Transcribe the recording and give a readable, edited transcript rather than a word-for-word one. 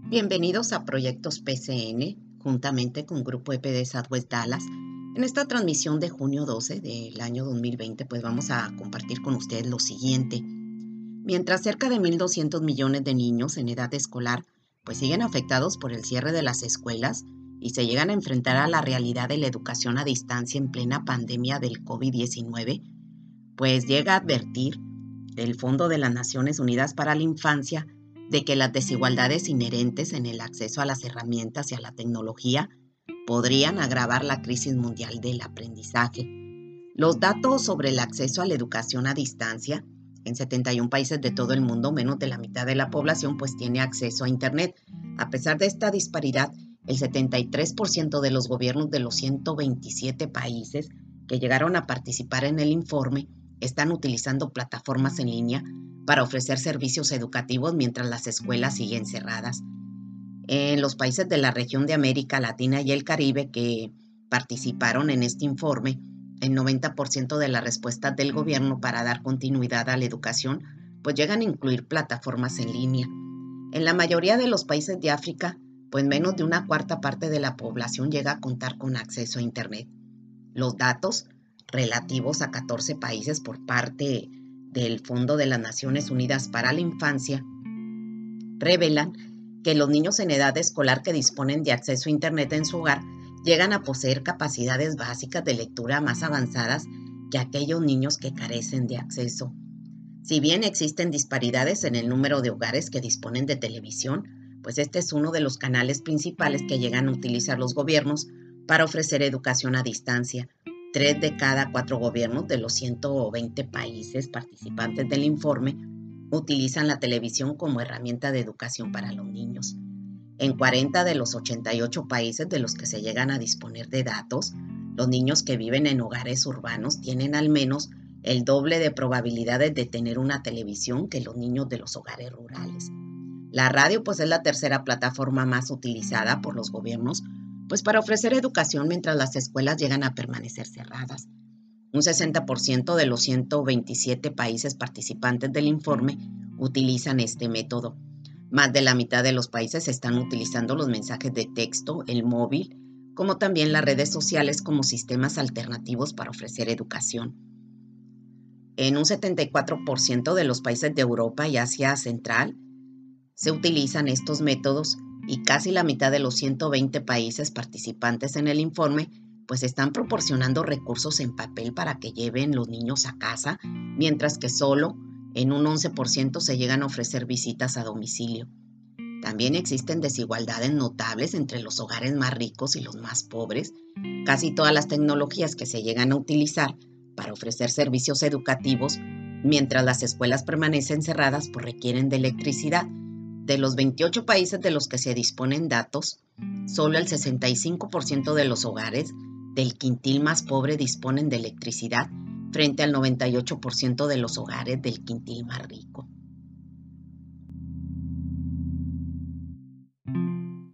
Bienvenidos a Proyectos PCN, juntamente con Grupo EPD Southwest Dallas. En esta transmisión de junio 12 del año 2020, pues vamos a compartir con ustedes lo siguiente. Mientras cerca de 1.200 millones de niños en edad escolar, pues siguen afectados por el cierre de las escuelas y se llegan a enfrentar a la realidad de la educación a distancia en plena pandemia del COVID-19, pues llega a advertir el Fondo de las Naciones Unidas para la Infancia de que las desigualdades inherentes en el acceso a las herramientas y a la tecnología podrían agravar la crisis mundial del aprendizaje. Los datos sobre el acceso a la educación a distancia, en 71 países de todo el mundo, menos de la mitad de la población pues tiene acceso a Internet. A pesar de esta disparidad, el 73% de los gobiernos de los 127 países que llegaron a participar en el informe están utilizando plataformas en línea para ofrecer servicios educativos mientras las escuelas siguen cerradas. En los países de la región de América Latina y el Caribe que participaron en este informe, el 90% de las respuestas del gobierno para dar continuidad a la educación pues llegan a incluir plataformas en línea. En la mayoría de los países de África, pues menos de una cuarta parte de la población llega a contar con acceso a Internet. Los datos relativos a 14 países por parte del Fondo de las Naciones Unidas para la Infancia revelan que los niños en edad escolar que disponen de acceso a Internet en su hogar llegan a poseer capacidades básicas de lectura más avanzadas que aquellos niños que carecen de acceso. Si bien existen disparidades en el número de hogares que disponen de televisión, pues este es uno de los canales principales que llegan a utilizar los gobiernos para ofrecer educación a distancia. 3 de cada 4 gobiernos de los 120 países participantes del informe utilizan la televisión como herramienta de educación para los niños. En 40 de los 88 países de los que se llegan a disponer de datos, los niños que viven en hogares urbanos tienen al menos el doble de probabilidades de tener una televisión que los niños de los hogares rurales. La radio pues es la tercera plataforma más utilizada por los gobiernos pues para ofrecer educación mientras las escuelas llegan a permanecer cerradas. Un 60% de los 127 países participantes del informe utilizan este método. Más de la mitad de los países están utilizando los mensajes de texto, el móvil, como también las redes sociales como sistemas alternativos para ofrecer educación. En un 74% de los países de Europa y Asia Central se utilizan estos métodos y casi la mitad de los 120 países participantes en el informe pues están proporcionando recursos en papel para que lleven los niños a casa, mientras que solo en un 11% se llegan a ofrecer visitas a domicilio. También existen desigualdades notables entre los hogares más ricos y los más pobres. Casi todas las tecnologías que se llegan a utilizar para ofrecer servicios educativos, mientras las escuelas permanecen cerradas, pues requieren de electricidad. De los 28 países de los que se disponen datos, solo el 65% de los hogares del quintil más pobre disponen de electricidad, frente al 98% de los hogares del quintil más rico.